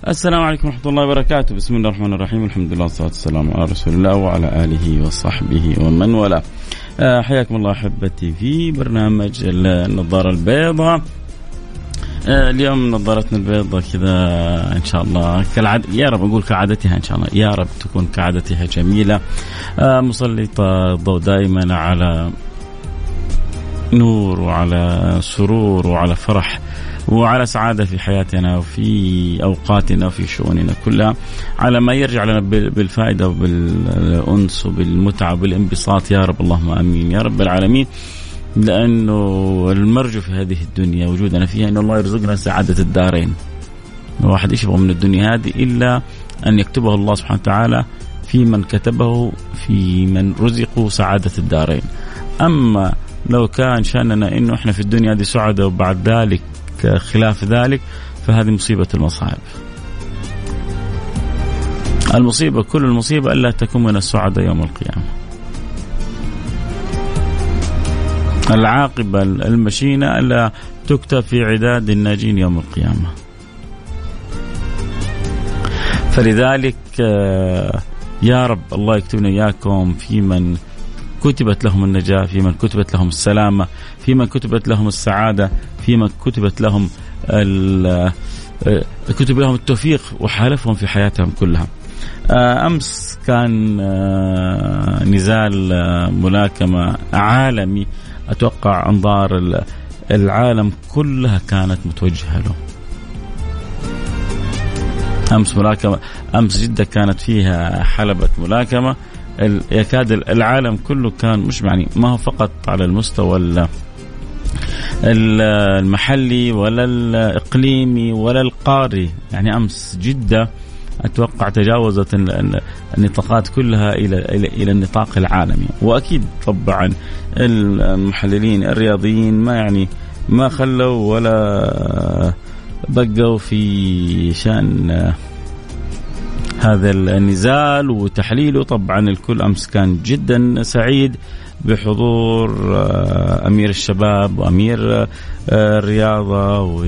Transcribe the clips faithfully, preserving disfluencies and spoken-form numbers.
السلام عليكم ورحمة الله وبركاته. بسم الله الرحمن الرحيم. الحمد لله والصلاة والسلام على رسول الله وعلى آله وصحبه ومن والاه. حياكم الله أحبتي في برنامج النظارة البيضاء. اليوم نظارتنا البيضاء كذا إن شاء الله كالعادة، يا رب أقول كعادتها إن شاء الله، يا رب تكون كعادتها جميلة، مسلطة الضوء دائما على نور وعلى سرور وعلى فرح وعلى سعادة في حياتنا وفي أوقاتنا وفي شؤوننا كلها، على ما يرجع لنا بالفائدة وبالأنس وبالمتعة وبالانبساط يا رب، اللهم آمين يا رب العالمين. لأنه المرجو في هذه الدنيا وجودنا فيها أن الله يرزقنا سعادة الدارين. الواحد إيش يبغى من الدنيا هذه إلا أن يكتبه الله سبحانه وتعالى في من كتبه في من رزقوا سعادة الدارين. أما لو كان شأننا إنه إحنا في الدنيا هذه سعادة وبعد ذلك خلاف ذلك، فهذه مصيبة المصائب. المصيبة كل المصيبة ألا تكون من السعادة يوم القيامة. العاقبة المشينة ألا تكتب في عداد الناجين يوم القيامة. فلذلك يا رب الله يكتبنا إياكم في من كتبت لهم النجاة، في من كتبت لهم السلامة، في من كتبت لهم السعادة، في من كتبت لهم كتب لهم التوفيق وحالفهم في حياتهم كلها. أمس كان نزال ملاكمة عالمي، أتوقع أنظار العالم كلها كانت متوجهة له. أمس ملاكمة، أمس جدة كانت فيها حلبة ملاكمة، يكاد العالم كله كان مش يعني ما هو فقط على المستوى المحلي ولا الإقليمي ولا القاري، يعني أمس جدة أتوقع تجاوزت النطاقات كلها إلى إلى إلى النطاق العالمي. وأكيد طبعا المحللين الرياضيين ما يعني ما خلوا ولا بقوا في شأن هذا النزال وتحليله. طبعا الكل أمس كان جدا سعيد بحضور أمير الشباب وأمير الرياضة و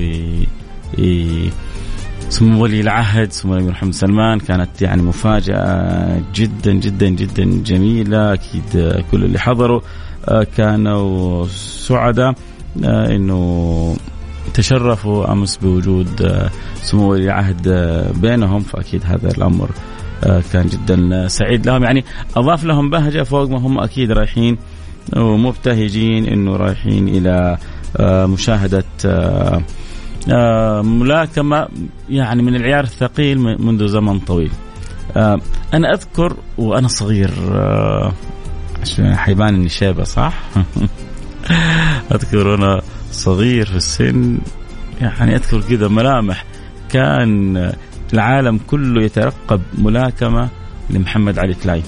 سمو ولي العهد سمو الأمير محمد سلمان. كانت يعني مفاجأة جدا جدا جدا جميلة. أكيد كل اللي حضروا كانوا سعداء إنه تشرفوا أمس بوجود سمو ولي العهد بينهم، فأكيد هذا الأمر كان جدا سعيد لهم، يعني أضاف لهم بهجة فوق ما هم أكيد رايحين ومبتهجين إنه رايحين إلى مشاهدة ملاكمة يعني من العيار الثقيل منذ زمن طويل. أنا أذكر وأنا صغير، عشان حيبان إني شابة صح؟ أذكر وأنا صغير في السن، يعني أذكر كذا ملامح كان العالم كله يترقب ملاكمة لمحمد علي كلاي.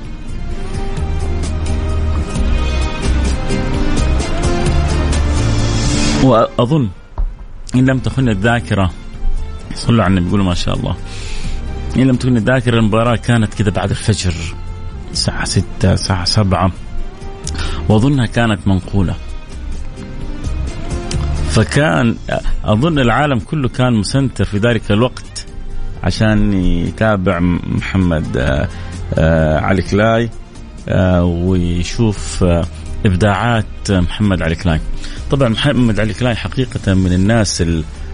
وأظن إن لم تخن الذاكرة، صلوا على النبي يقولوا ما شاء الله، إن لم تخن الذاكرة المباراة كانت كذا بعد الفجر الساعة ستة الساعة سبعة، وأظنها كانت منقولة. فكان أظن العالم كله كان مسنتر في ذلك الوقت عشان يتابع محمد علي كلاي ويشوف إبداعات محمد علي كلاي. طبعا محمد علي كلاي حقيقة من الناس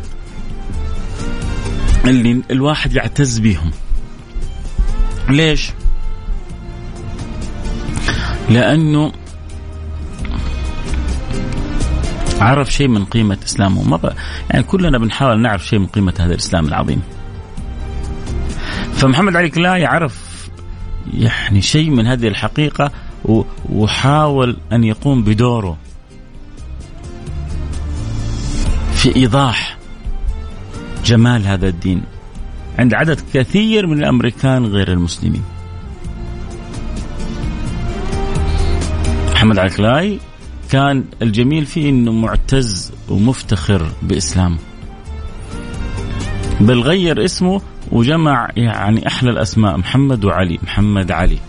اللي الواحد يعتز بهم. ليش؟ لأنه عرف شيء من قيمة إسلامه. ما ب... يعني كلنا بنحاول نعرف شيء من قيمة هذا الإسلام العظيم. فمحمد علي كلاي عرف يعني شيء من هذه الحقيقة و... وحاول أن يقوم بدوره في إيضاح جمال هذا الدين عند عدد كثير من الأمريكان غير المسلمين. محمد علي كلاي كان الجميل فيه إنه معتز ومفتخر بإسلامه، بل غير اسمه وجمع يعني أحلى الأسماء، محمد وعلي، محمد علي.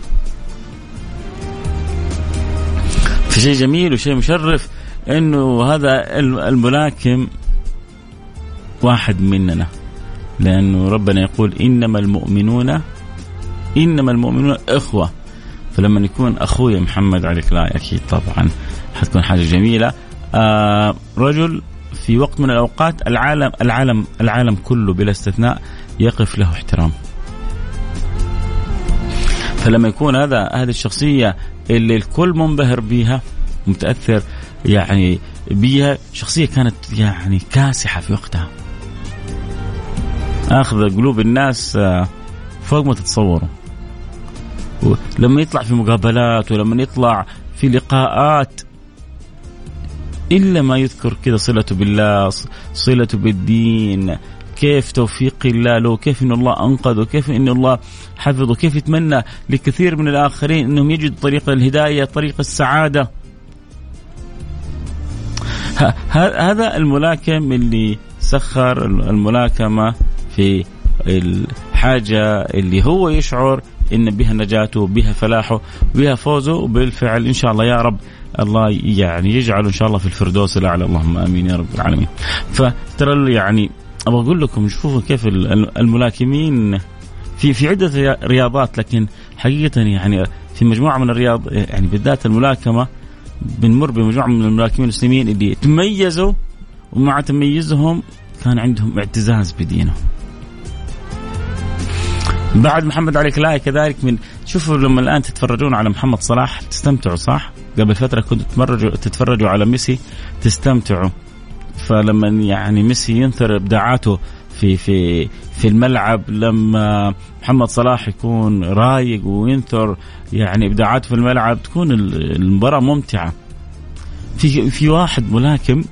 في شيء جميل وشيء مشرف إنه هذا الملاكم واحد مننا، لأنه ربنا يقول إنما المؤمنون إنما المؤمنون إخوة. فلما يكون أخوي محمد عليك لا أكيد طبعا حتكون حاجة جميلة. آه رجل في وقت من الأوقات العالم العالم العالم كله بلا استثناء يقف له احترام. فلما يكون هذا هذه الشخصية اللي الكل منبهر بها متأثر يعني بها، شخصية كانت يعني كاسحة في وقتها، أخذ قلوب الناس فوق ما تتصوروا. لما يطلع في مقابلات ولما يطلع في لقاءات إلا ما يذكر كذا صلته بالله، صلته بالدين، كيف توفيق الله له، كيف إن الله أنقذه، كيف إن الله حفظه، كيف يتمنى لكثير من الآخرين إنهم يجدوا طريق الهداية، طريق السعادة. هذا الملاكم اللي سخر الملاكمة في الحاجة اللي هو يشعر إن بها نجاته، بها فلاحه، بها فوزه، وبالفعل إن شاء الله يا رب الله يعني يجعله إن شاء الله في الفردوس الأعلى، اللهم آمين يا رب العالمين. فترى يعني أبغى أقول لكم شوفوا كيف الملاكمين في في عدة رياضات، لكن حقيقة يعني في مجموعة من الرياض يعني بالذات الملاكمة بنمر بمجموعة من الملاكمين المسلمين اللي تميزوا، ومع تميزهم كان عندهم اعتزاز بدينهم. بعد محمد علي كلاي كذلك من شوفوا لما الآن تتفرجون على محمد صلاح تستمتعوا صح؟ قبل فترة كنتوا تتفرجوا تتفرجوا على ميسي تستمتعوا. فلما يعني ميسي ينثر إبداعاته في في في الملعب، لما محمد صلاح يكون رايق وينثر يعني إبداعاته في الملعب، تكون المباراة ممتعة. في في واحد ملاكم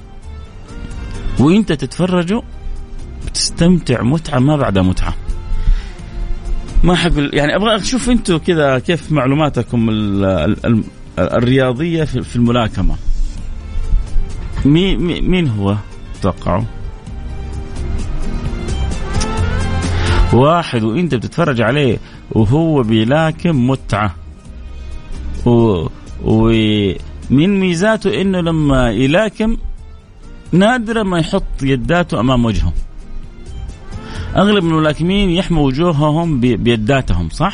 وإنت تتفرجوا بتستمتع متعة ما بعد متعة. ما حقول يعني أبغى أشوف أنتوا كذا كيف معلوماتكم الرياضية في الملاكمة. مين هو توقعوا؟ واحد وانت بتتفرج عليه وهو بيلاكم متعة، ومن ميزاته انه لما يلاكم نادرا ما يحط يداته امام وجهه. اغلب الملاكمين يحموا وجوههم بيداتهم صح؟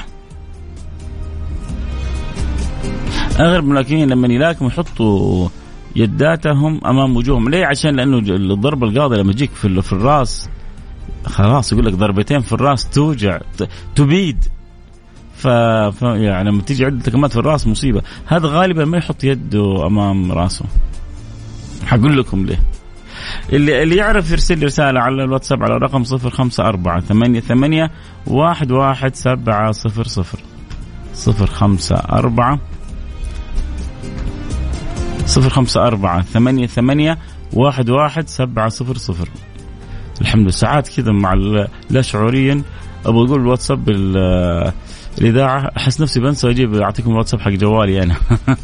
اغلب الملاكمين لما يلاكموا يحطوا يداتهم امام وجوههم. ليه؟ عشان لانه الضربه القاضيه لما تجيك في في الراس خلاص يقول لك ضربتين في الراس توجع تبيد. ف... ف يعني لما تيجي عده كمات في الراس مصيبه. هذا غالبا ما يحط يده امام راسه. حقول لكم ليه. اللي اللي يعرف يرسل لي رساله على الواتساب على رقم صفر خمسة أربعة ثمانية ثمانية واحد واحد سبعة صفر صفر صفر خمسة أربعة صفر خمسة أربعة ثمانية ثمانية واحد واحد سبعة صفر صفر. الحمد لله ساعات كذا مع لا شعوريا أبغى أقول الواتساب الإذاعة أحس نفسي بنسى أجيب أعطيكم الواتساب حق جوالي أنا.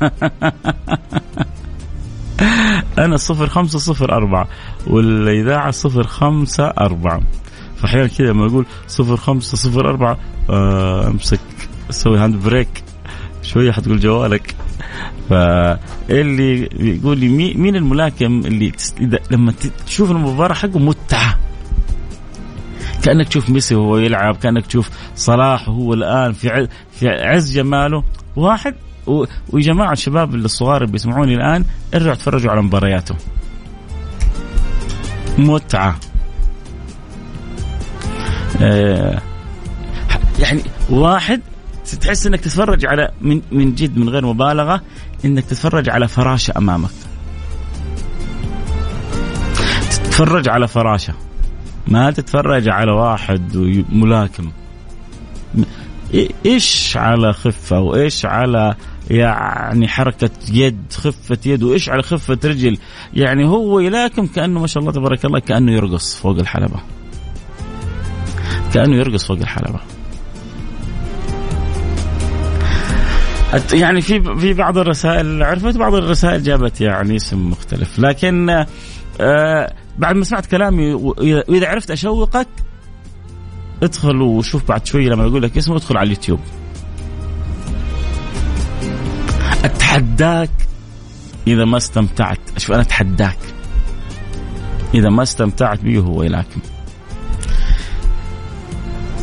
أنا صفر خمسة صفر أربعة والإذاعة صفر خمسة أربعة. فأحيانا كذا لما أقول صفر خمسة صفر أربعة أمسك أسوي هاند بريك شوية حتقول جوالك. فاللي يقول لي مين الملاكم اللي تس... لما تشوف المباراة حقه متعة، كأنك تشوف ميسي وهو يلعب، كأنك تشوف صلاح وهو الآن في ع... في عز جماله. واحد و... وجماعة الشباب الصغار اللي بيسمعوني الآن ارجعوا تفرجوا على مبارياته متعة. آه... يعني واحد تحس انك تتفرج على من من جد من غير مبالغه انك تتفرج على فراشه امامك، تتفرج على فراشه ما تتفرج على واحد ملاكم. ايش على خفه وايش على يعني حركه يد، خفه يد، وايش على خفه رجل. يعني هو يلاكم كانه ما شاء الله تبارك الله كانه يرقص فوق الحلبه، كانه يرقص فوق الحلبه. يعني في في بعض الرسائل عرفت، بعض الرسائل جابت يعني اسم مختلف، لكن آه بعد ما سمعت كلامي وإذا عرفت أشوقك ادخل وشوف بعد شوي لما أقول لك اسمه ادخل على اليوتيوب. أتحداك إذا ما استمتعت، أشوف أنا أتحداك إذا ما استمتعت بيه هو يلاكم.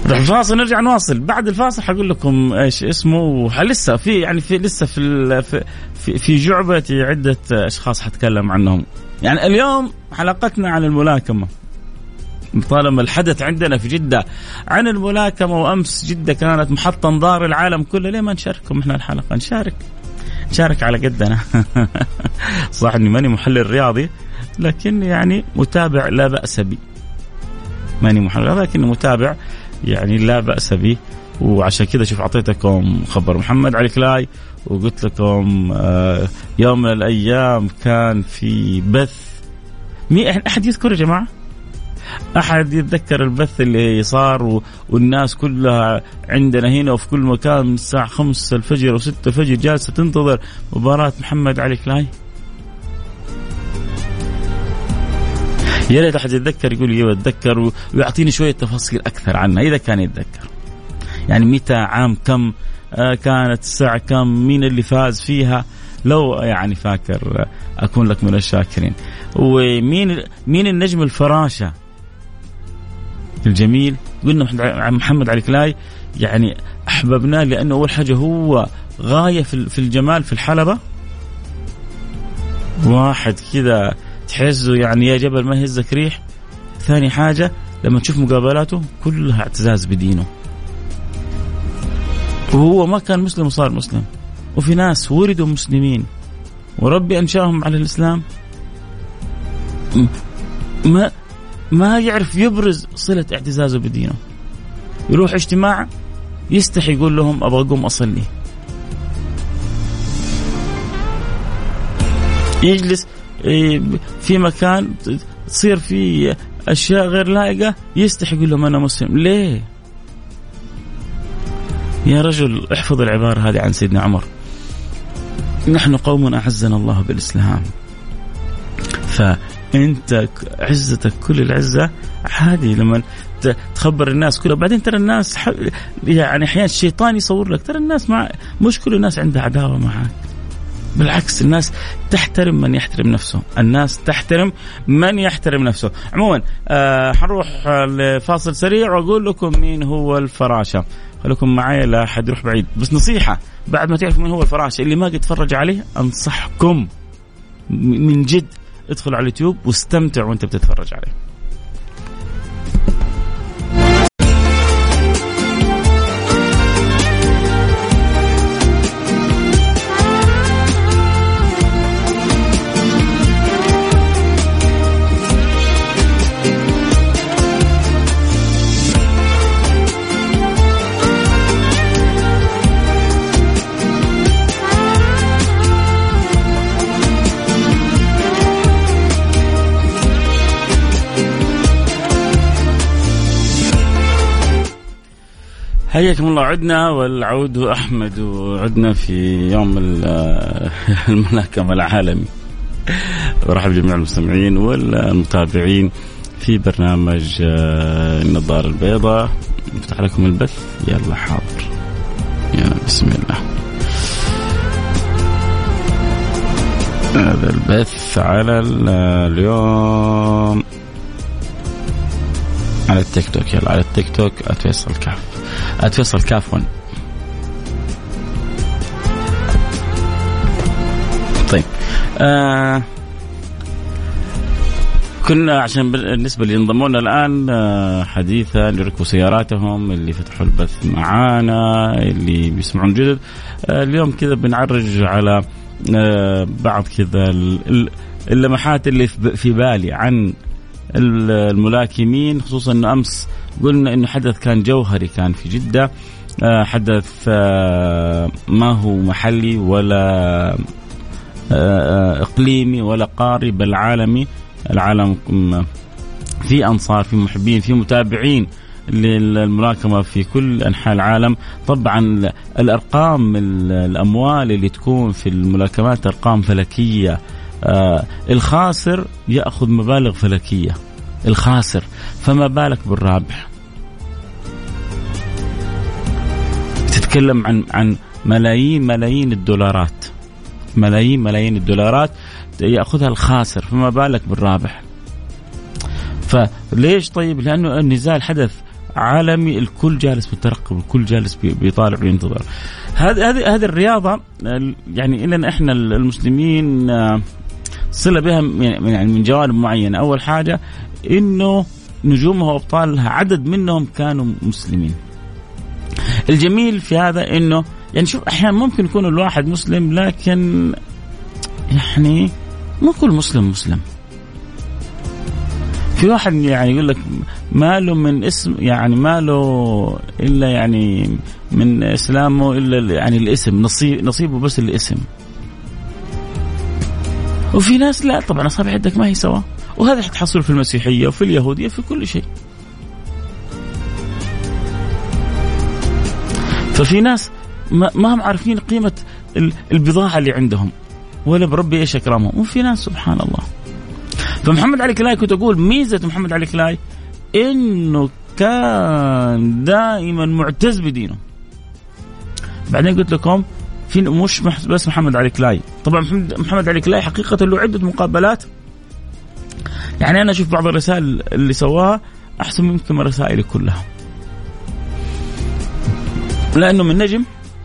الفاصل نرجع نواصل. بعد الفاصل حقول لكم ايش اسمه، لسه في يعني في لسه في في في جعبتي عده اشخاص حتكلم عنهم. يعني اليوم حلقتنا عن الملاكمه، طالما الحدث عندنا في جدة عن الملاكمة، وأمس جدة كانت محط أنظار العالم كله، ليه ما نشارككم إحنا الحلقة؟ نشارك نشارك على قدنا. صح إني ماني محلل رياضي، لكن يعني متابع لا بأس بي. ماني محلل لكن متابع يعني لا بأس بي. وعشان كذا شوف أعطيتكم خبر محمد علي كلاي، وقلت لكم يوم من الأيام كان في بث. مين أحد يذكر يا جماعة؟ أحد يتذكر البث اللي صار والناس كلها عندنا هنا وفي كل مكان من الساعة خمسة الفجر وستة الفجر جالسة تنتظر مباراة محمد علي كلاي؟ يا ريت أحد يتذكر يقول لي يتذكر ويعطيني شوية تفاصيل أكثر عنها إذا كان يتذكر. يعني متى، عام كم، آه كانت الساعة كم، مين اللي فاز فيها؟ لو يعني فاكر أكون لك من الشاكرين. ومين مين النجم الفراشة الجميل؟ قلنا محمد علي كلاي، يعني أحببناه لأنه أول حاجة هو غاية في الجمال في الحلبة، واحد كذا تحسه يعني يا جبل ما يهزك ريح. ثاني حاجة لما تشوف مقابلاته كلها اعتزاز بدينه، وهو ما كان مسلم وصار مسلم، وفي ناس ولدوا مسلمين وربي أنشأهم على الإسلام ما ما يعرف يبرز صلة اعتزازه بدينه. يروح اجتماع يستحي يقول لهم أبغى أقوم أصلي، يجلس في مكان تصير فيه أشياء غير لائقة يستحي يقول لهم أنا مسلم. ليه يا رجل؟ احفظ العبارة هذه عن سيدنا عمر: نحن قوم أعزنا الله بالإسلام. فأنت عزتك كل العزة عادي لما تخبر الناس كلها. بعدين ترى الناس يعني أحيانا الشيطان يصور لك ترى الناس مع مش كل الناس عندها عداوة معك، بالعكس الناس تحترم من يحترم نفسه، الناس تحترم من يحترم نفسه. عموما آه حنروح لفاصل سريع وأقول لكم مين هو الفراشة. خليكم معايا لا أحد يروح بعيد. بس نصيحة بعد ما تعرفوا مين هو الفراشة، اللي ما قد تفرج عليه أنصحكم من جد ادخل على اليوتيوب واستمتع وانت بتتفرج عليه. حياكم الله. عدنا والعود أحمد، وعدنا في يوم الملاكمة العالمي. ورحب جميع المستمعين والمتابعين في برنامج النظارة البيضاء. نفتح لكم البث. يلا حاضر، يا بسم الله. هذا البث على اليوم على التيك توك. يلا على التيك توك أتفصل كاف أتفصل كافون. طيب آه كنا عشان بالنسبة اللي انضموا لنا الآن آه حديثا اللي ركبوا سياراتهم، اللي فتحوا البث معانا، اللي بيسمعون جدد، آه اليوم كذا بنعرج على آه بعض كذا اللمحات اللي في بالي عن الملاكمين، خصوصا أنه أمس قلنا أنه حدث كان جوهري، كان في جدة، حدث ما هو محلي ولا إقليمي ولا قاري بل عالمي. العالم في أنصار، في محبين، في متابعين للملاكمة في كل أنحاء العالم. طبعا الأرقام الأموال اللي تكون في الملاكمات أرقام فلكية. آه الخاسر يأخذ مبالغ فلكية، الخاسر، فما بالك بالرابح؟ تتكلم عن عن ملايين ملايين الدولارات، ملايين ملايين الدولارات يأخذها الخاسر، فما بالك بالرابح؟ فليش؟ طيب لأنه النزال حدث عالمي، الكل جالس مترقب، الكل جالس بيطالع وينتظر. هذه هذه هذه الرياضة يعني إلنا إحنا المسلمين صلة بها يعني من جوانب معينة. أول حاجة إنه نجومها وأبطالها عدد منهم كانوا مسلمين. الجميل في هذا إنه يعني شوف أحيانا ممكن يكون الواحد مسلم لكن يعني مو كل مسلم مسلم. في واحد يعني يقول لك ما له من اسم يعني ما له إلا يعني من إسلامه إلا يعني الاسم، نصيب نصيبه بس الاسم. وفي ناس لا طبعا أصابع يدك ما هي سوا، وهذا حتحصل في المسيحية وفي اليهودية في كل شيء. ففي ناس ما, ما هم عارفين قيمة البضاعة اللي عندهم ولا بربي إيش أكرمهم، وفي ناس سبحان الله. فمحمد علي كلاي كنت أقول ميزة محمد علي كلاي إنه كان دائما معتز بدينه. بعدين قلت لكم في مش بس محمد علي كلاي، طبعا محمد علي كلاي حقيقة له عدة مقابلات، يعني أنا أشوف بعض الرسائل اللي سواها أحسن ممكن من رسائلي كلها، لأنه من نجم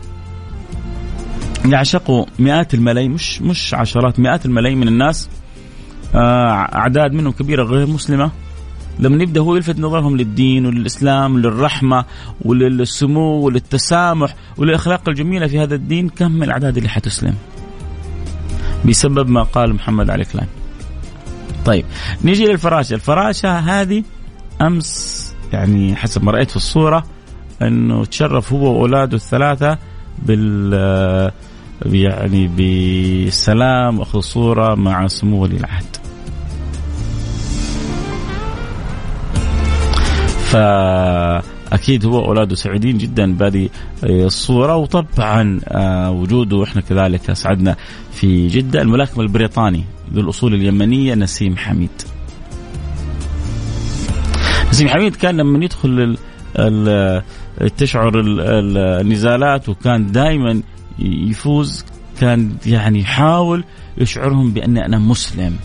يعشقوا مئات الملايين، مش مش عشرات، مئات الملايين من الناس، أعداد منهم كبيرة غير مسلمة. لما يبدأ هو يلفت نظرهم للدين وللإسلام وللرحمة وللسمو وللتسامح وللأخلاق الجميلة في هذا الدين، كم من الأعداد اللي حتسلم بسبب ما قال محمد علي كلاي. طيب نيجي للفراشة. الفراشة هذه أمس يعني حسب ما رأيت في الصورة أنه تشرف هو وأولاده الثلاثة بال يعني بسلام أخذ صورة مع سمو ولي العهد. فأكيد هو أولاده سعيدين جدا بهذه الصورة، وطبعا وجوده إحنا كذلك أسعدنا في جدة. الملاكم البريطاني ذو الأصول اليمنية نسيم حميد. نسيم حميد كان لما يدخل تشعر النزالات وكان دائما يفوز، كان يعني يحاول يشعرهم بأن أنا مسلم.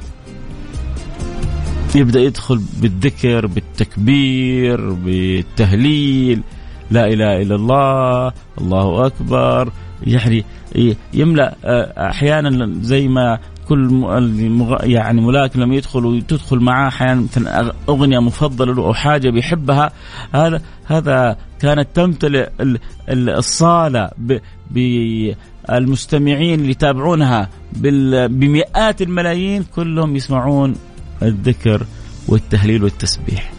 يبدأ يدخل بالذكر بالتكبير بالتهليل، لا إله إلا الله، الله أكبر، يعني يملأ أحيانا زي ما كل يعني ملاكم لما يدخل وتدخل معاه أحيانا أغنية مفضلة له أو حاجة بيحبها، هذا هذا كانت تمتلئ الصالة بالمستمعين اللي يتابعونها بمئات الملايين، كلهم يسمعون الذكر والتهليل والتسبيح.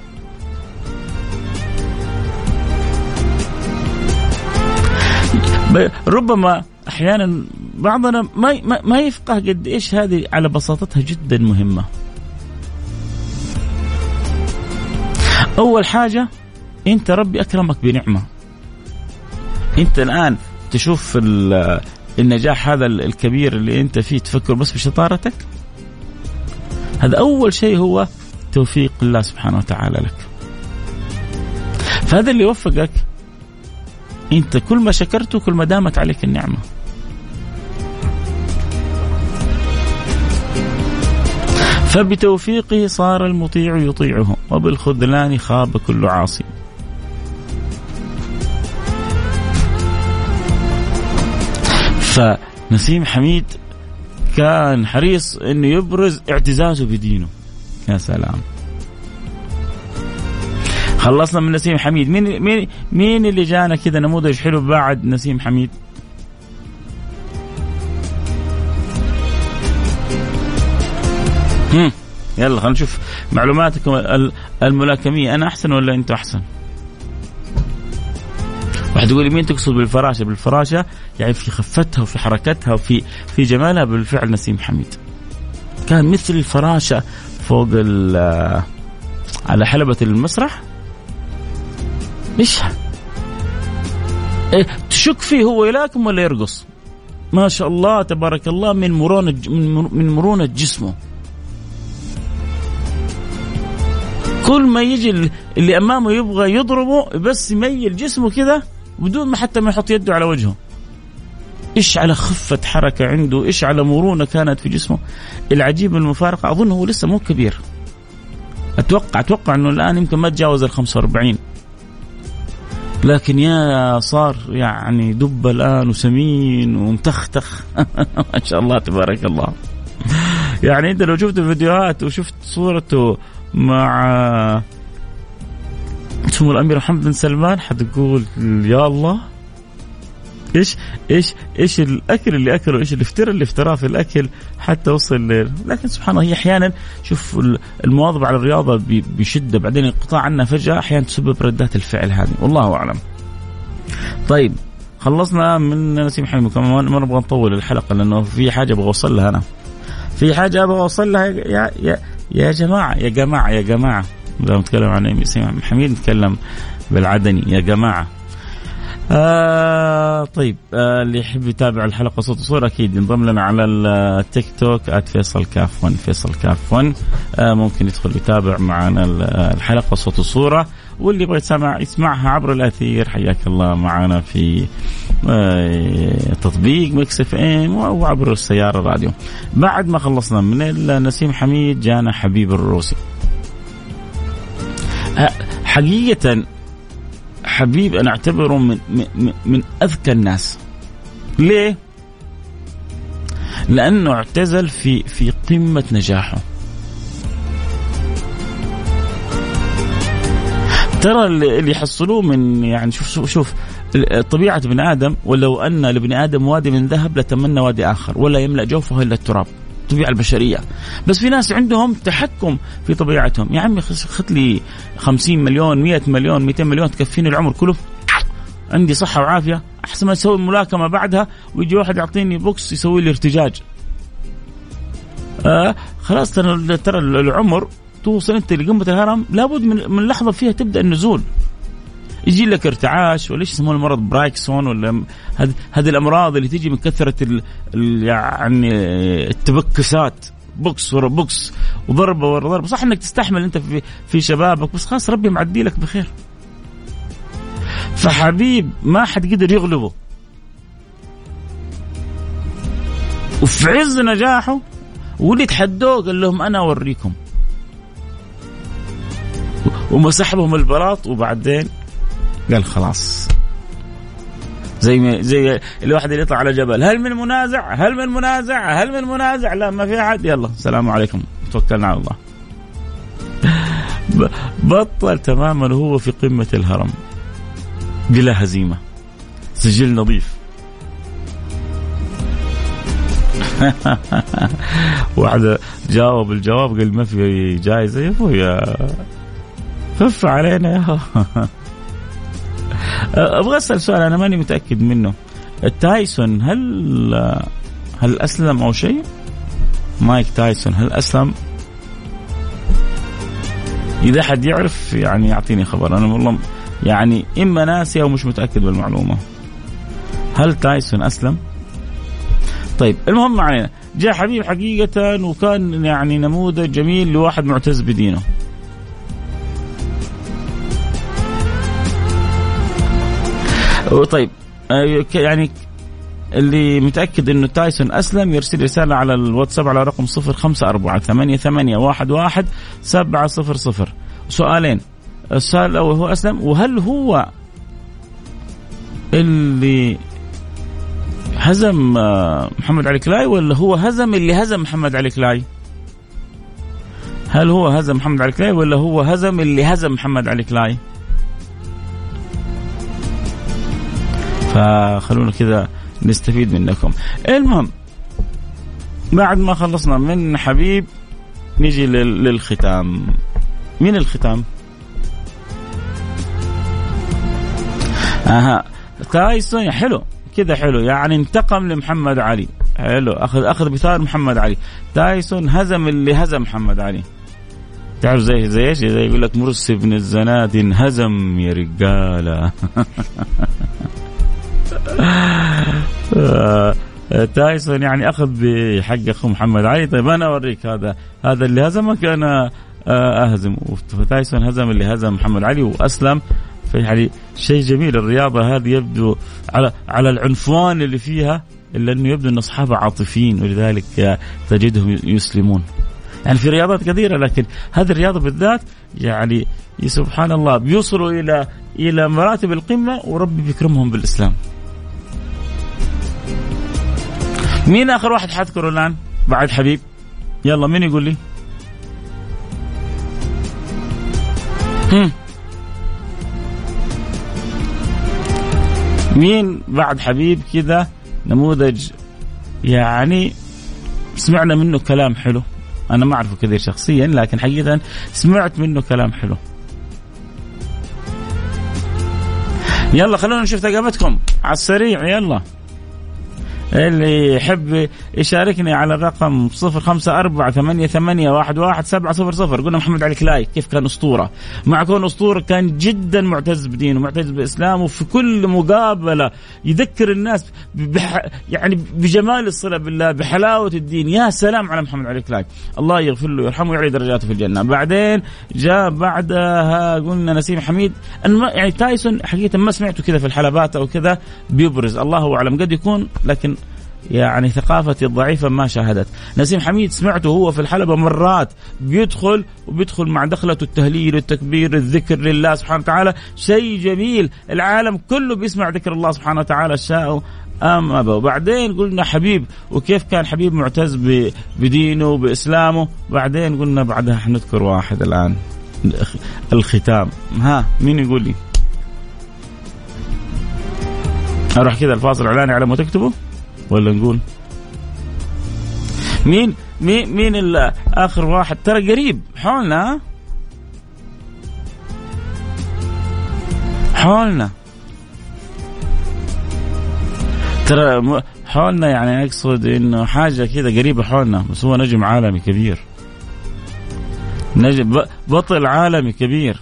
ربما أحيانا بعضنا ما ما يفقه قد إيش هذه على بساطتها جدا مهمة. أول حاجة أنت ربي أكرمك بنعمة، أنت الآن تشوف النجاح هذا الكبير اللي أنت فيه تفكر بس بشطارتك، هذا أول شيء هو توفيق الله سبحانه وتعالى لك. فهذا اللي يوفقك أنت، كل ما شكرته كل ما دامت عليك النعمة. فبتوفيقه صار المطيع يطيعه، وبالخذلان خاب كل عاصي. فنسيم حميد كان حريص انه يبرز اعتزازه بدينه. يا سلام. خلصنا من نسيم حميد. مين مين مين اللي جانا كذا نموذج حلو بعد نسيم حميد؟ هم يلا خلينا نشوف معلوماتكم الملاكمية. أنا أحسن ولا أنت أحسن؟ واحد يقول مين تقصد بالفراشة؟ بالفراشة يعني في خفتها وفي حركتها وفي في جمالها. بالفعل نسيم حميد كان مثل الفراشة فوق على حلبة المسرح. إيش إيه تشك فيه هو يلاكم ولا يرقص؟ ما شاء الله تبارك الله من مرونة من مرونة جسمه. كل ما يجي اللي أمامه يبغى يضربه بس يميل جسمه كذا بدون ما حتى ما يحط يده على وجهه. إيش على خفة حركة عنده، إيش على مرونة كانت في جسمه. العجيب المفارقة أظن هو لسه مو كبير، أتوقع أتوقع أنه الآن يمكن ما تجاوز الخمسة وأربعين، لكن يا صار يعني دب الآن وسمين ومتختخ ما شاء الله تبارك الله. يعني أنت لو شفت الفيديوهات وشفت صورته مع سمو الأمير محمد بن سلمان حتقول يا الله إيش إيش إيش الأكل اللي أكله، إيش الافتراء اللي افتراه في الأكل حتى وصل الليل. لكن سبحان الله هي أحيانا شوف المواظبة على الرياضة بشدة بعدين انقطاع عنها فجأة أحيانا تسبب ردات الفعل هذه، والله أعلم. طيب خلصنا من نسيم حميد، كمان ما نبغى نطول الحلقة لأنه في حاجة أبغى أوصل لها. أنا في حاجة أبغى أوصل لها يا يا يا جماعة يا جماعة يا جماعة. إذا نتكلم عن نسيم حميد نتكلم بالعدني يا جماعة. آه طيب آه اللي يحب يتابع الحلقة صوت وصورة أكيد ينضم لنا على التيك توك @فيصل كاف ون فيصل كاف ون. آه ممكن يدخل يتابع معنا الحلقة صوت وصورة، واللي يبغى يسمع يسمعها عبر الأثير حياك الله معنا في آه تطبيق ميكس اف ام وعبر السيارة الراديو. بعد ما خلصنا من نسيم حميد جانا حبيب الروسي. آه حقيقة حبيب أنا أعتبره من من من أذكى الناس. ليه؟ لأنه اعتزل في في قمة نجاحه. ترى اللي يحصلوه من يعني شوف شوف, شوف طبيعة ابن آدم، ولو أن لابن آدم وادي من ذهب لتمنى وادي آخر ولا يملأ جوفه إلا التراب. الطبيعة البشرية. بس في ناس عندهم تحكم في طبيعتهم. يا عمي خذ لي خمسين مليون مئة مليون مئتين مليون تكفيني العمر كله، عندي صحة وعافية، أحسن ما أسوي ملاكمة بعدها ويجي واحد يعطيني بوكس يسوي لي ارتجاج. آه خلاص ترى العمر توصل أنت لقمة الهرم لابد من من لحظة فيها تبدأ النزول. يجي لك ارتعاش ولا ايش يسمونه المرض برايكسون ولا هذه هذه الامراض اللي تيجي من كثره ال ال يعني التبكسات، بوكس ورا بوكس وضربه ورا ضربه. صح انك تستحمل انت في في شبابك بس خلاص ربي معدي لك بخير. فحبيب ما حد قدر يغلبه، وفي عز نجاحه واللي تحدوه قال لهم انا اوريكم، ومسح لهم البلاط وبعدين قال خلاص زي ما زي الواحد اللي يطلع على جبل، هل من منازع هل من منازع هل من منازع لا ما في أحد، يلا السلام عليكم توكلنا على الله. بطل تماما هو في قمة الهرم بلا هزيمة، سجل نظيف. واحد جاوب الجواب قال ما في جائزة يا أخويا خف علينا يا أبغى أسأل سؤال أنا ماني متأكد منه. تايسون هل هل أسلم أو شيء؟ مايك تايسون هل أسلم؟ إذا حد يعرف يعني يعطيني خبر، أنا والله يعني إما ناسي أو مش متأكد بالمعلومة. هل تايسون أسلم؟ طيب المهم علينا جاء حبيب حقيقة وكان يعني نموذج جميل لواحد معتز بدينه. طيب يعني اللي متأكد إنه تايسون أسلم يرسل رسالة على الواتساب على رقم صفر خمسة أربعة ثمانية ثمانية واحد واحد سبعة صفر صفر. سؤالين، السؤال الأول هو أسلم، وهل هو اللي هزم محمد علي كلاي ولا هو هزم اللي هزم محمد علي كلاي؟ هل هو هزم محمد علي كلاي ولا هو هزم اللي هزم محمد علي كلاي؟ فخلونا كذا نستفيد منكم. المهم بعد ما خلصنا من حبيب نيجي للختام. مين الختام؟ اها تايسون. حلو كذا حلو، يعني انتقم لمحمد علي. حلو، اخذ اخذ بثار محمد علي. تايسون هزم اللي هزم محمد علي. تعرف زي زي ايش؟ زي يقول لك مرسي بن الزناد انهزم يا رجاله. تايسون يعني أخذ بحق أخو محمد علي. طيب أنا أوريك هذا هذا اللي هزمك أنا أهزم. تايسون هزم اللي هزم محمد علي وأسلم. في يعني شيء جميل الرياضة هذه، يبدو على على العنفوان اللي فيها إلا أنه يبدو أن أصحابها عاطفيين ولذلك تجدهم يسلمون. يعني في رياضات كثيرة، لكن هذه الرياضة بالذات يعني سبحان الله بيوصلوا إلى إلى مراتب القمة، وربي بيكرمهم بالإسلام. مين آخر واحد حذكره الآن بعد حبيب؟ يلا مين يقول لي؟ هم. مين بعد حبيب كذا نموذج يعني سمعنا منه كلام حلو؟ أنا ما أعرفه كثير شخصيا، لكن حقيقة سمعت منه كلام حلو. يلا خلونا نشوف تجربتكم على السريع. يلا اللي يحب يشاركني على الرقم صفر خمسة أربعة ثمانية ثمانية واحد واحد سبعة صفر صفر. قلنا محمد علي كلاي كيف كان أسطورة، مع كون أسطورة كان جدا معتز بدينه ومعتز بإسلامه، في كل مقابلة يذكر الناس بح يعني بجمال الصلة بالله، بحلاوة الدين. يا سلام على محمد علي كلاي، الله يغفر له ويرحمه ويعلي درجاته في الجنة. بعدين جاء بعدها قلنا نسيم حميد. يعني تايسون حقيقة ما سمعته كذا في الحلبات أو كذا بيبرز، الله أعلم قد يكون، لكن يعني ثقافتي الضعيفة ما شاهدت. نسيم حميد سمعته هو في الحلبة مرات بيدخل وبيدخل مع دخلته التهليل والتكبير الذكر لله سبحانه وتعالى، شيء جميل. العالم كله بيسمع ذكر الله سبحانه وتعالى شاء أم أبا. وبعدين قلنا حبيب، وكيف كان حبيب معتز بدينه وبإسلامه. بعدين قلنا بعدها حنذكر واحد الآن الختام. ها مين يقول لي؟ أروح كذا الفاصل الإعلاني على ما تكتبه ولا نقول مين مين مين آخر واحد؟ ترى قريب حولنا حولنا ترى حولنا، يعني أقصد إنه حاجة كذا قريبة حولنا، بس هو نجم عالمي كبير، نجم بطل عالمي كبير.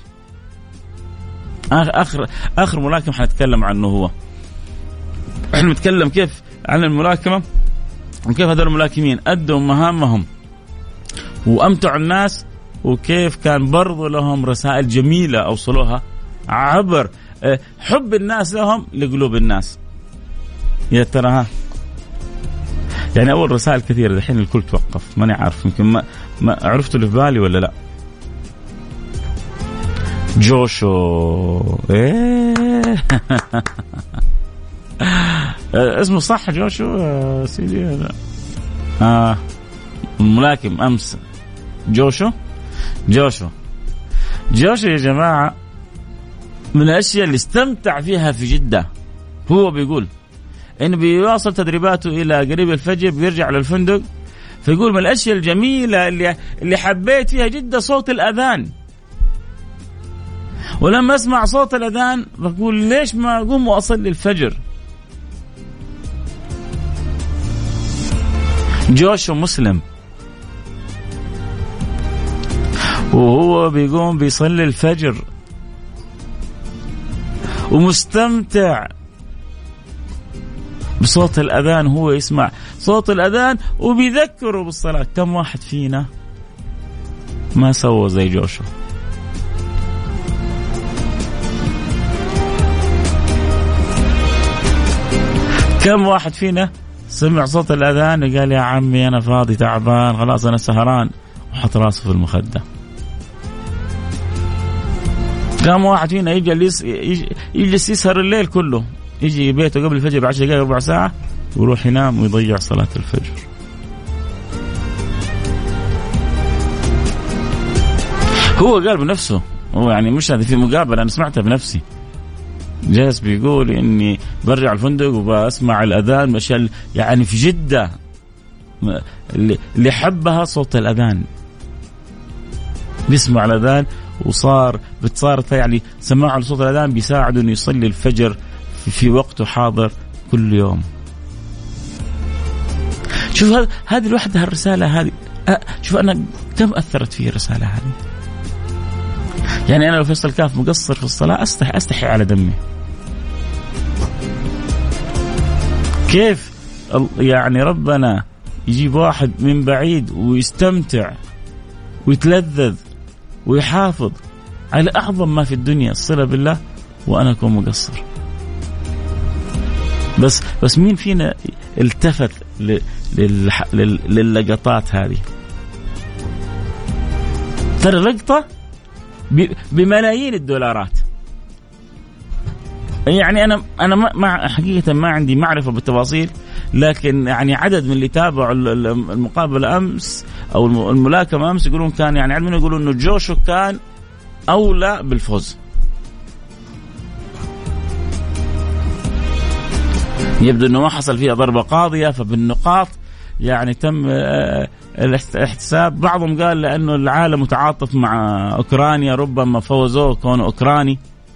آخر آخر ملاكم حنتكلم عنه هو. احنا نتكلم كيف عن الملاكمة وكيف هذول الملاكمين أدوا مهامهم وأمتعوا الناس، وكيف كان برضو لهم رسائل جميلة أوصلوها عبر حب الناس لهم لقلوب الناس. يا ترى ها يعني أول رسائل كثيرة الحين الكل توقف، ماني عارف يمكن ما, ما عرفتوا اللي في بالي ولا لا. جوشو إيه اسمه صح جوشو سيدي؟ آه ملاكم أمس جوشو جوشو جوشو يا جماعة من الأشياء اللي استمتع فيها في جدة. هو بيقول إنه بيواصل تدريباته إلى قريب الفجر، بيرجع للفندق، فيقول من الأشياء الجميلة اللي اللي حبيت فيها جدة صوت الأذان. ولما أسمع صوت الأذان بقول ليش ما أقوم وأصلي الفجر. جوشو مسلم وهو بيقوم بيصلي الفجر ومستمتع بصوت الأذان، هو يسمع صوت الأذان وبيذكره بالصلاة. كم واحد فينا ما سوى زي جوشو؟ كم واحد فينا سمع صوت الأذان وقال يا عمي أنا فاضي تعبان خلاص أنا سهران، وحط راسه في المخدة؟ كم واحد فينا يجلس يجلس يسهر الليل كله، يجي بيته قبل الفجر بعشر دقائق ربع ساعة ويروح ينام ويضيع صلاة الفجر؟ هو قال بنفسه، هو يعني مش هذه في مقابلة أنا سمعتها بنفسي، جالس بيقول إني برجع الفندق وبسمع الأذان مشان يعني في جدة اللي حبها صوت الأذان، بيسمع الأذان وصار بتصارت يعني سماع لصوت الأذان بيساعده إنه يصلي الفجر في, في وقته حاضر كل يوم. شوف هذه هذه الوحدة الرسالة هذه، شوف أنا كم أثرت فيه الرسالة هذه. يعني أنا لو فيصل كاف مقصر في الصلاة أستحي أستحي على دمي. كيف يعني ربنا يجيب واحد من بعيد ويستمتع ويتلذذ ويحافظ على أعظم ما في الدنيا الصلة بالله، وأنا أكون مقصر. بس بس مين فينا التفت للقطات هذه؟ ترى لقطة بملايين الدولارات. يعني أنا أنا ما حقيقة ما عندي معرفة بالتفاصيل، لكن يعني عدد من اللي تابعوا المقابلة أمس أو الملاكمة أمس يقولون كان يعني علمنا يقولون إنه جوشو كان أولى بالفوز. يبدو إنه ما حصل فيها ضربة قاضية، فبالنقاط يعني تم الاحتساب. بعضهم قال لأنه العالم متعاطف مع أوكرانيا ربما فوزوه كونه أوكراني.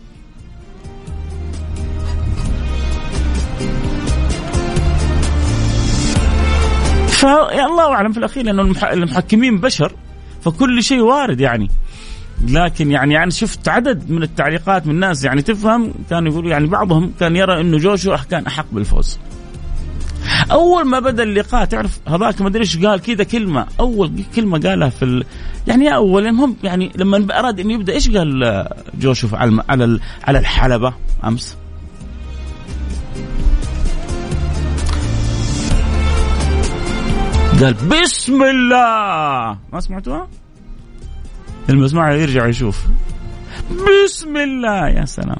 فيا الله أعلم في الأخير، لأنه المحكمين بشر فكل شيء وارد يعني. لكن يعني يعني شفت عدد من التعليقات من الناس يعني تفهم، كانوا يقولوا يعني بعضهم كان يرى إنه جوشو كان أحق بالفوز. أول ما بدأ اللقاء تعرف هذاك ما أدري إيش قال كذا كلمة، أول كلمة قالها في ال... يعني أول هم يعني لما أراد إنه يبدأ إيش قال جوشو على على على الحلبة أمس؟ قال بسم الله. ما سمعتوها؟ اللي يسمعها يرجع يشوف. بسم الله. يا سلام.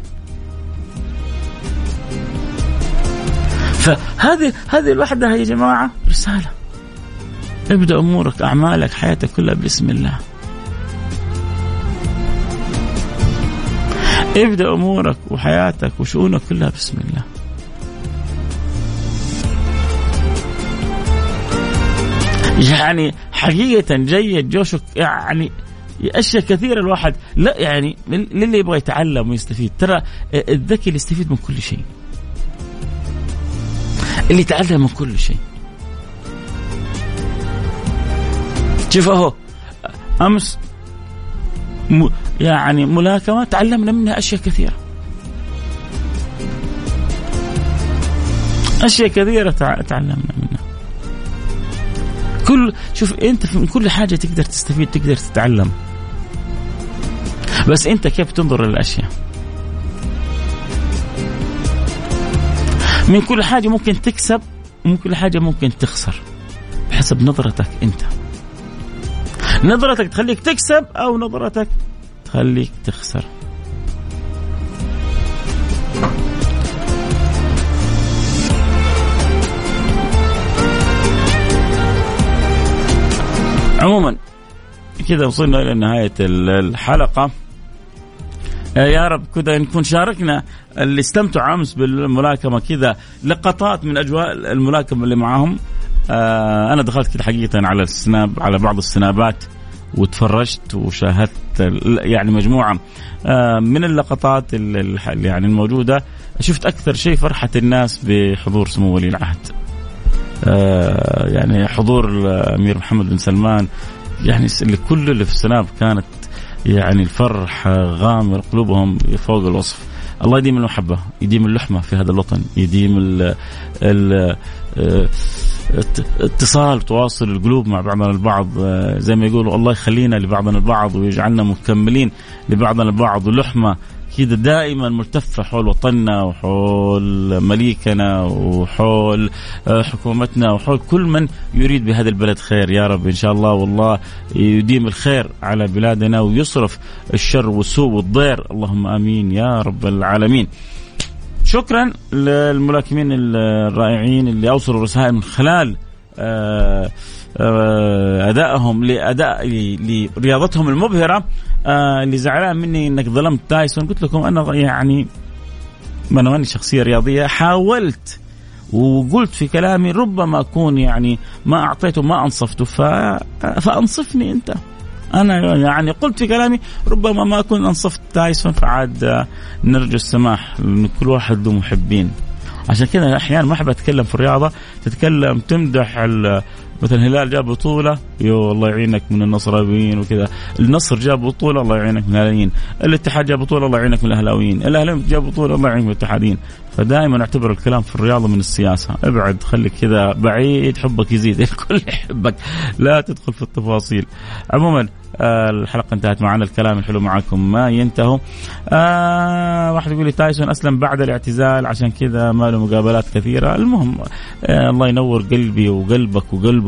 فهذه هذه الوحدة يا جماعة رسالة. ابدأ أمورك أعمالك حياتك كلها بسم الله. ابدأ أمورك وحياتك وشؤونك كلها بسم الله. يعني حقيقة جيد جوشو يعني أشياء كثيرة الواحد لا يعني للي يبغى يتعلم ويستفيد. ترى الذكي اللي يستفيد من كل شيء، اللي يتعلم من كل شيء. شوف اهو أمس م يعني ملاكمة تعلمنا منها أشياء كثيرة، أشياء كثيرة تعلمنا منها. كل شوف أنت من كل حاجة تقدر تستفيد، تقدر تتعلم، بس أنت كيف تنظر للأشياء. من كل حاجة ممكن تكسب ومن كل حاجة ممكن تخسر بحسب نظرتك أنت. نظرتك تخليك تكسب أو نظرتك تخليك تخسر. عموما كذا وصلنا إلى نهاية الحلقة. يا رب كذا نكون شاركنا اللي استمتعوا أمس بالملاكمة كذا لقطات من أجواء الملاكمة اللي معهم. آه أنا دخلت كده حقيقة على السناب على بعض السنابات وتفرجت وشاهدت يعني مجموعة آه من اللقطات اللي يعني الموجودة. شفت أكثر شيء فرحة الناس بحضور سمو ولي العهد، آه يعني حضور الأمير محمد بن سلمان. يعني اللي كل اللي في السناب كانت يعني الفرح غامر قلوبهم فوق الوصف. الله يديم المحبة، يديم اللحمة في هذا الوطن، يديم ال ال اتصال تواصل القلوب مع بعضنا البعض. زي ما يقولوا الله يخلينا لبعضنا البعض ويجعلنا مكملين لبعضنا البعض، ولحمة كده دائما ملتفة حول وطننا وحول مليكنا وحول حكومتنا وحول كل من يريد بهذا البلد خير. يا رب إن شاء الله والله يديم الخير على بلادنا ويصرف الشر والسوء والضير، اللهم آمين يا رب العالمين. شكرا للملاكمين الرائعين اللي أوصلوا رسائل من خلال أدائهم لأداء لرياضتهم المبهرة. اللي زعلان مني إنك ظلمت تايسون، قلت لكم أنا يعني أنا ماني شخصية رياضية، حاولت وقلت في كلامي ربما أكون يعني ما أعطيته ما أنصفته، فأنصفني أنت. أنا يعني قلت في كلامي ربما ما أكون أنصفت تايسون، فعاد نرجو السماح لأن كل واحد له محبين. عشان كذا أحيانا ما أحب أتكلم في الرياضة، تتكلم تمدح مثلا الهلال جاب بطولة، يو الله يعينك من النصراويين وكذا. النصر جاب بطولة، الله يعينك من الهلاليين. الاتحاد جاب بطولة، الله يعينك من الأهلاويين. الأهلاويين جاب بطولة، الله يعينك من الاتحادين. فدائما اعتبر الكلام في الرياضة من السياسة، ابعد خليك كذا بعيد، حبك يزيد الكل يحبك، لا تدخل في التفاصيل. عموما الحلقة انتهت معنا، الكلام الحلو معكم ما ينتهوا. آه واحد يقول لي تايسون أسلم بعد الاعتزال عشان كذا ما له مقابلات كثيرة. المهم آه الله ينور قلبي وقلبك وقلبه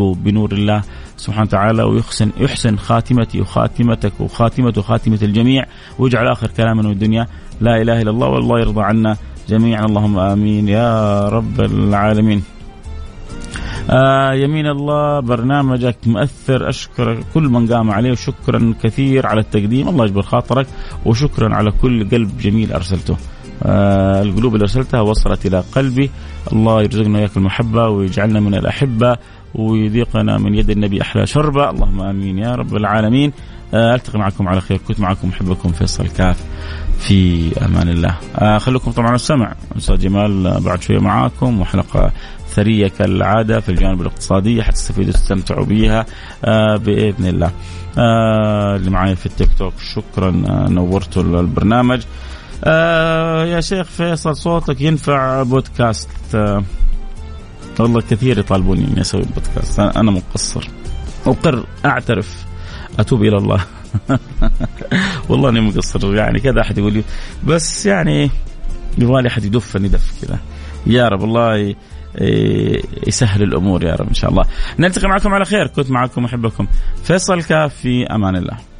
قلبه بنور الله سبحانه وتعالى، ويحسن يحسن خاتمتي وخاتمتك وخاتمة وخاتمة الجميع، ويجعل آخر كلامنا الدنيا لا إله إلا الله، والله يرضى عنا جميعا، اللهم آمين يا رب العالمين. آه يمين الله برنامجك مؤثر، أشكر كل من قام عليه، وشكرا كثير على التقديم، الله يجبر خاطرك، وشكرا على كل قلب جميل أرسلته. آه القلوب اللي أرسلتها وصلت إلى قلبي، الله يرزقنا إياك المحبة ويجعلنا من الأحبة ويذيقنا من يد النبي أحلى شربة، اللهم آمين يا رب العالمين. آه ألتقي معكم على خير، كنت معكم محبكم فيصل كاف، في أمان الله. آه خليكم طبعا السمع، أستاذ جمال بعد شوية معاكم، وحلقة ثرية كالعادة في الجانب الاقتصادي، حتستفيدوا وتستمتعوا بها آه بإذن الله. آه اللي معايا في التيك توك شكرا، آه نورتوا البرنامج. آه يا شيخ فيصل صوتك ينفع بودكاست. آه والله كثير يطالبوني اني اسوي بودكاست، انا مقصر، اقر اعترف، اتوب الى الله. والله اني مقصر، يعني كذا احد يقول لي بس يعني يبغالي احد يدفني دف كذا. يا رب الله يسهل الامور يا رب ان شاء الله. نلتقي معكم على خير، كنت معكم احبكم فيصل كاف، في امان الله.